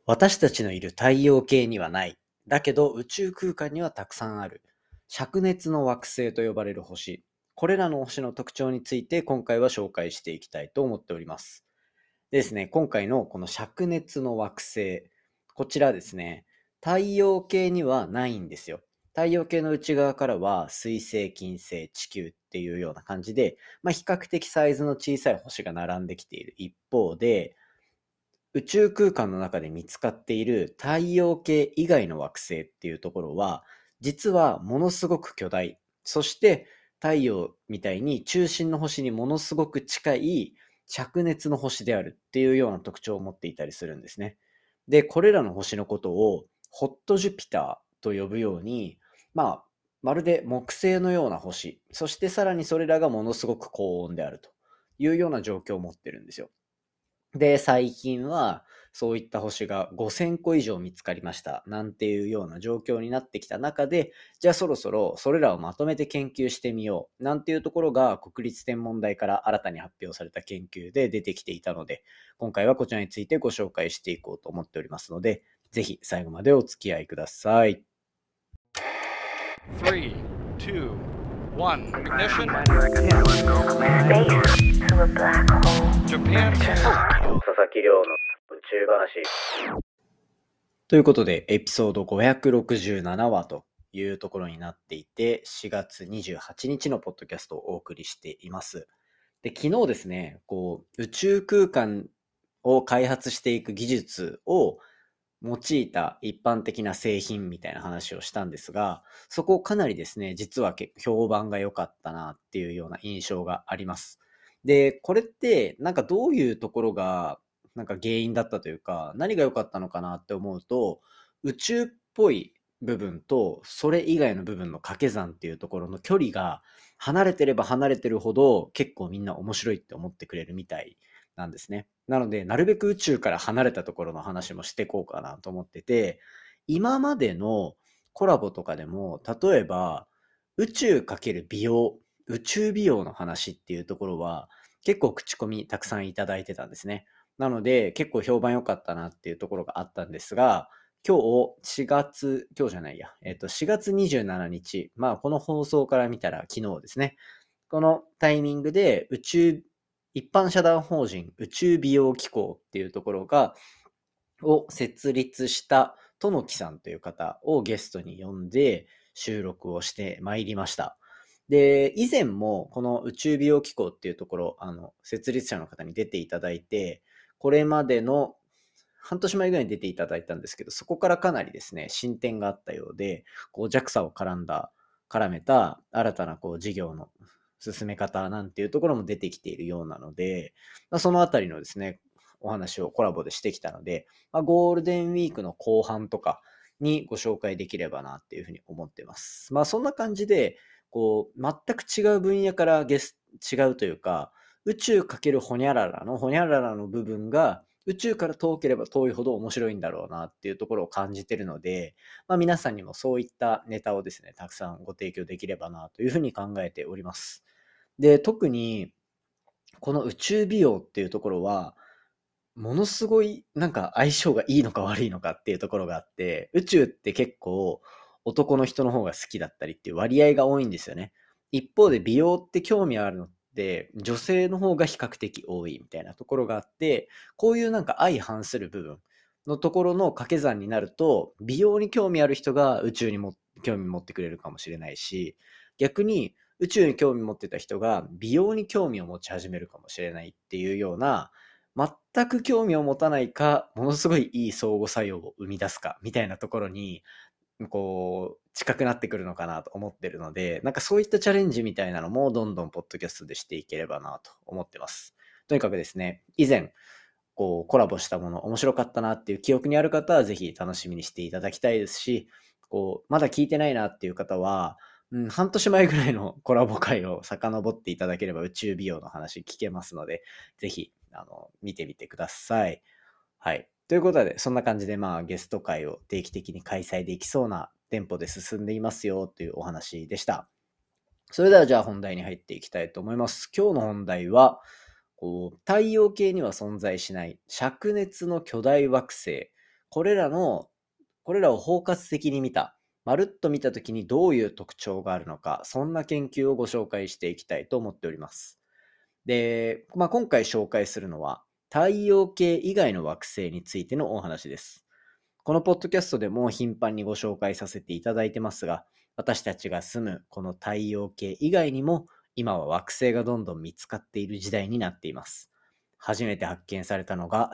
私たちのいる太陽系にはない。だけど宇宙空間にはたくさんある。灼熱の惑星と呼ばれる星。これらの星の特徴について今回は紹介していきたいと思っております。でですね、今回のこの灼熱の惑星。こちらですね、太陽系にはないんですよ。太陽系の内側からは水星、金星、地球っていうような感じで、比較的サイズの小さい星が並んできている一方で、宇宙空間の中で見つかっている太陽系以外の惑星っていうところは、実はものすごく巨大、そして太陽みたいに中心の星にものすごく近い灼熱の星であるっていうような特徴を持っていたりするんですね。で、これらの星のことをホットジュピターと呼ぶように、まるで木星のような星、そしてさらにそれらがものすごく高温であるというような状況を持ってるんですよ。で、最近はそういった星が5000個以上見つかりましたなんていうような状況になってきた中で、じゃあそろそろそれらをまとめて研究してみようなんていうところが国立天文台から新たに発表された研究で出てきていたので、今回はこちらについてご紹介していこうと思っておりますので、ぜひ最後までお付き合いください。 3, 2, 1, ignition. Japan. 佐々木亮の宇宙話。ということで、エピソード567話というところになっていて、4月28日のポッドキャストをお送りしています。で、昨日ですね、宇宙空間を開発していく技術を用いた一般的な製品みたいな話をしたんですが、そこかなりですね、実は結構評判が良かったなっていうような印象があります。で、これってなんかどういうところがなんか原因だったというか、何が良かったのかなって思うと、宇宙っぽい部分とそれ以外の部分の掛け算っていうところの距離が離れてれば離れてるほど結構みんな面白いって思ってくれるみたいなんですね。なので、なるべく宇宙から離れたところの話もしていこうかなと思ってて、今までのコラボとかでも、例えば、宇宙×美容、宇宙美容の話っていうところは、結構口コミたくさんいただいてたんですね。なので、結構評判良かったなっていうところがあったんですが、今日今日じゃないや、4月27日、この放送から見たら昨日ですね。このタイミングで一般社団法人宇宙美容機構っていうところを設立したとのきさんという方をゲストに呼んで収録をしてまいりました。で、以前もこの宇宙美容機構っていうところ、設立者の方に出ていただいて、これまでの半年前ぐらいに出ていただいたんですけど、そこからかなりですね、進展があったようで、JAXA を絡めた新たな事業の進め方なんていうところも出てきているようなので、そのあたりのですね、お話をコラボでしてきたので、ゴールデンウィークの後半とかにご紹介できればなっていうふうに思ってます。そんな感じで、全く違う分野から違うというか、宇宙×ホニャララのホニャララの部分が宇宙から遠ければ遠いほど面白いんだろうなっていうところを感じてるので、皆さんにもそういったネタをですね、たくさんご提供できればなというふうに考えております。で、特にこの宇宙美容っていうところは、ものすごいなんか相性がいいのか悪いのかっていうところがあって、宇宙って結構男の人の方が好きだったりっていう割合が多いんですよね。一方で美容って興味あるのって女性の方が比較的多いみたいなところがあって、こういうなんか相反する部分のところの掛け算になると、美容に興味ある人が宇宙にも興味持ってくれるかもしれないし、逆に宇宙に興味持ってた人が美容に興味を持ち始めるかもしれないっていうような、全く興味を持たないか、ものすごいいい相互作用を生み出すか、みたいなところに、近くなってくるのかなと思ってるので、なんかそういったチャレンジみたいなのも、どんどんポッドキャストでしていければなと思ってます。とにかくですね、以前、コラボしたもの、面白かったなっていう記憶にある方は、ぜひ楽しみにしていただきたいですし、まだ聞いてないなっていう方は、半年前ぐらいのコラボ会を遡っていただければ宇宙美容の話聞けますので、ぜひ、見てみてください。はい。ということで、そんな感じで、ゲスト会を定期的に開催できそうなテンポで進んでいますよというお話でした。それではじゃあ本題に入っていきたいと思います。今日の本題は、太陽系には存在しない灼熱の巨大惑星。 これらを包括的に見た、まるっと見たときにどういう特徴があるのか、そんな研究をご紹介していきたいと思っております。で、今回紹介するのは、太陽系以外の惑星についてのお話です。このポッドキャストでも頻繁にご紹介させていただいてますが、私たちが住むこの太陽系以外にも、今は惑星がどんどん見つかっている時代になっています。初めて発見されたのが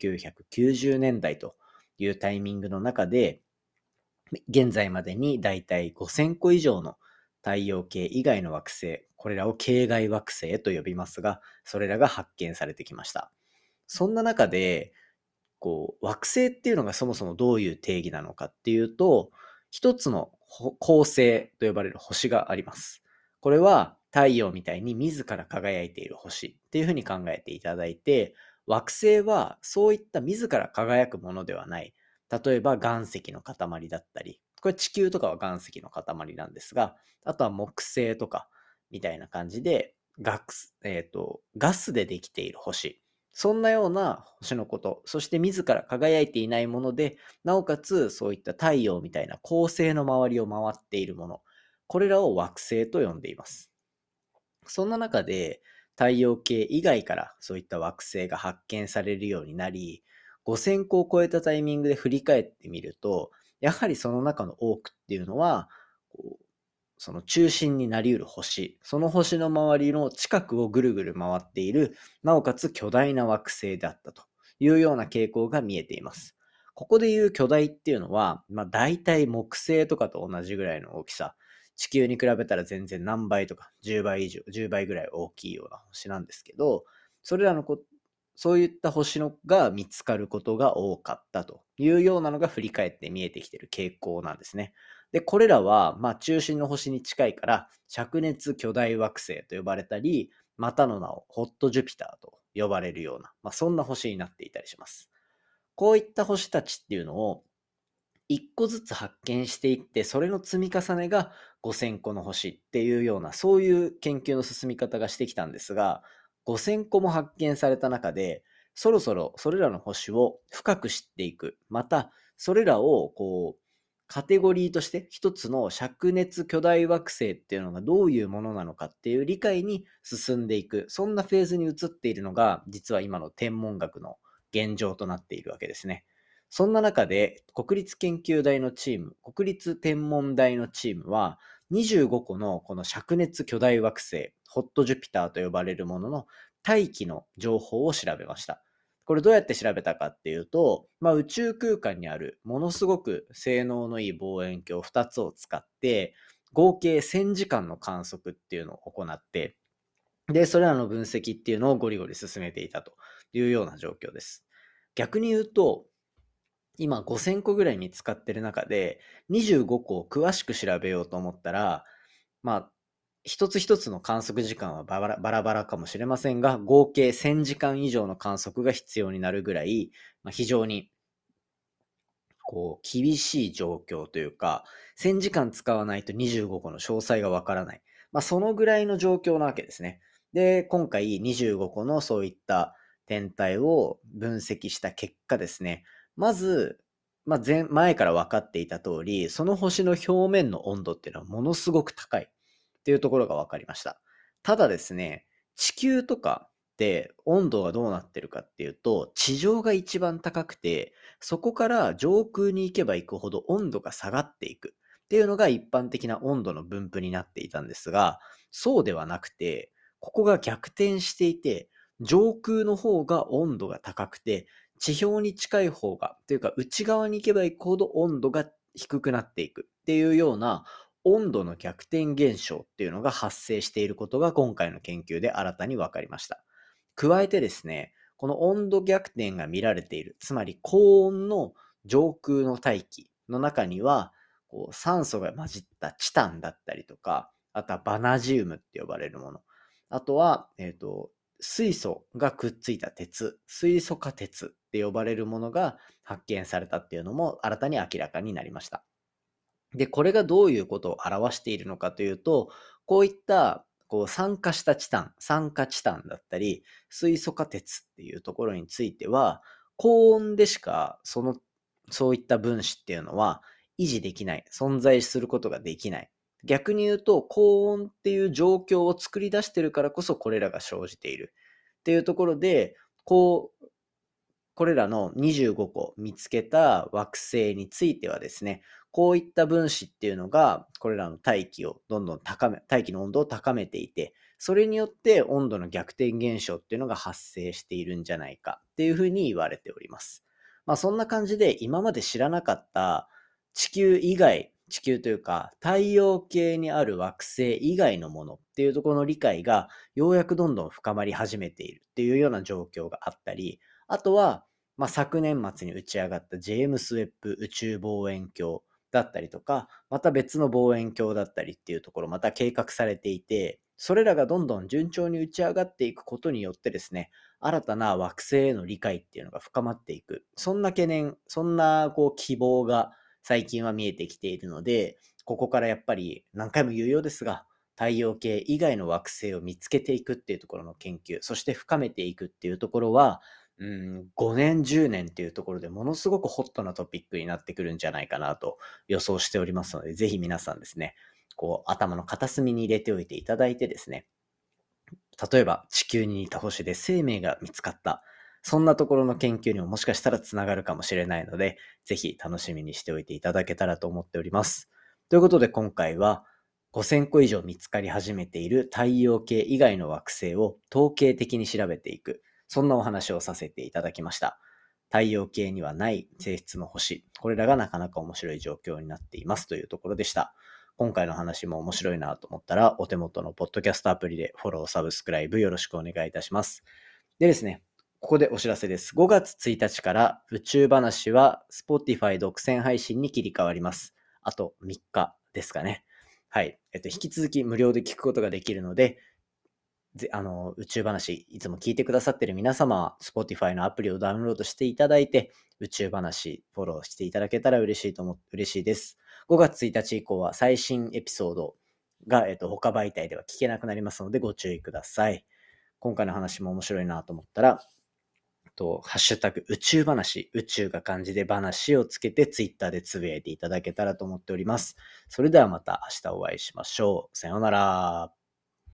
1990年代というタイミングの中で、現在までにだいたい5000個以上の太陽系以外の惑星、これらを系外惑星と呼びますが、それらが発見されてきました。そんな中で、惑星っていうのがそもそもどういう定義なのかっていうと、一つの恒星と呼ばれる星があります。これは太陽みたいに自ら輝いている星っていうふうに考えていただいて、惑星はそういった自ら輝くものではない。例えば岩石の塊だったり、これ地球とかは岩石の塊なんですが、あとは木星とかみたいな感じでガスでできている星。そんなような星のこと、そして自ら輝いていないもので、なおかつそういった太陽みたいな恒星の周りを回っているもの、これらを惑星と呼んでいます。そんな中で、太陽系以外からそういった惑星が発見されるようになり、5000個を超えたタイミングで振り返ってみると、やはりその中の多くっていうのは、その中心になり得る星、その星の周りの近くをぐるぐる回っている、なおかつ巨大な惑星であったというような傾向が見えています。ここでいう巨大っていうのは、大体木星とかと同じぐらいの大きさ、地球に比べたら全然何倍とか10倍以上、10倍ぐらい大きいような星なんですけど、それらのそういった星が見つかることが多かったというようなのが振り返って見えてきている傾向なんですね。で、これらは、中心の星に近いから、灼熱巨大惑星と呼ばれたり、またの名をホットジュピターと呼ばれるような、そんな星になっていたりします。こういった星たちっていうのを、一個ずつ発見していって、それの積み重ねが5000個の星っていうような、そういう研究の進み方がしてきたんですが、5000個も発見された中で、そろそろそれらの星を深く知っていく。また、それらをカテゴリーとして一つの灼熱巨大惑星っていうのがどういうものなのかっていう理解に進んでいく。そんなフェーズに移っているのが、実は今の天文学の現状となっているわけですね。そんな中で、国立研究大のチーム、国立天文台のチームは、25個のこの灼熱巨大惑星、ホットジュピターと呼ばれるものの大気の情報を調べました。これどうやって調べたかっていうと、宇宙空間にあるものすごく性能のいい望遠鏡2つを使って、合計1000時間の観測っていうのを行って、で、それらの分析っていうのをゴリゴリ進めていたというような状況です。逆に言うと、今5000個ぐらい見つかってる中で、25個を詳しく調べようと思ったら、一つ一つの観測時間はバラバラかもしれませんが、合計1000時間以上の観測が必要になるぐらい、非常に厳しい状況というか、1000時間使わないと25個の詳細がわからない。そのぐらいの状況なわけですね。で、今回25個のそういった天体を分析した結果ですね、まず、前から分かっていた通り、その星の表面の温度っていうのはものすごく高いっていうところが分かりました。ただですね、地球とかって温度がどうなってるかっていうと、地上が一番高くて、そこから上空に行けば行くほど温度が下がっていくっていうのが一般的な温度の分布になっていたんですが、そうではなくて、ここが逆転していて、上空の方が温度が高くて、地表に近い方が、というか内側に行けば行くほど温度が低くなっていくっていうような温度の逆転現象っていうのが発生していることが今回の研究で新たに分かりました。加えてですね、この温度逆転が見られている、つまり高温の上空の大気の中には、酸素が混じったチタンだったりとか、あとはバナジウムって呼ばれるもの、あとは、水素がくっついた鉄、水素化鉄って呼ばれるものが発見されたっていうのも新たに明らかになりました。で、これがどういうことを表しているのかというと、こういった酸化したチタン、酸化チタンだったり、水素化鉄っていうところについては、高温でしかそのそういった分子っていうのは維持できない、存在することができない。逆に言うと、高温っていう状況を作り出してるからこそこれらが生じているっていうところで、これらの25個見つけた惑星についてはですね、こういった分子っていうのが、これらの大気をどんどん大気の温度を高めていて、それによって温度の逆転現象っていうのが発生しているんじゃないかっていうふうに言われております。そんな感じで今まで知らなかった地球以外、地球というか太陽系にある惑星以外のものっていうところの理解がようやくどんどん深まり始めているっていうような状況があったり、あとは、昨年末に打ち上がったジェームス・ウェッブ宇宙望遠鏡だったりとか、また別の望遠鏡だったりっていうところ、また計画されていて、それらがどんどん順調に打ち上がっていくことによってですね、新たな惑星への理解っていうのが深まっていく。そんな懸念、そんな希望が最近は見えてきているので、ここからやっぱり何回も言うようですが、太陽系以外の惑星を見つけていくっていうところの研究、そして深めていくっていうところは、5年、10年っていうところでものすごくホットなトピックになってくるんじゃないかなと予想しておりますので、ぜひ皆さんですね、頭の片隅に入れておいていただいてですね、例えば地球に似た星で生命が見つかった。そんなところの研究にももしかしたらつながるかもしれないので、ぜひ楽しみにしておいていただけたらと思っております。ということで今回は5000個以上見つかり始めている太陽系以外の惑星を統計的に調べていく。そんなお話をさせていただきました。太陽系にはない性質の星。これらがなかなか面白い状況になっていますというところでした。今回の話も面白いなと思ったら、お手元のポッドキャストアプリでフォロー、サブスクライブよろしくお願いいたします。でですね、ここでお知らせです。5月1日から宇宙話は Spotify 独占配信に切り替わります。あと3日ですかね。はい。引き続き無料で聞くことができるので、宇宙話、いつも聞いてくださっている皆様は、Spotify のアプリをダウンロードしていただいて、宇宙話、フォローしていただけたら嬉しいです。5月1日以降は最新エピソードが、他媒体では聞けなくなりますので、ご注意ください。今回の話も面白いなと思ったら、ハッシュタグ宇宙話、宇宙が漢字で話をつけて Twitter でつぶやいていただけたらと思っております。それではまた明日お会いしましょう。さようなら。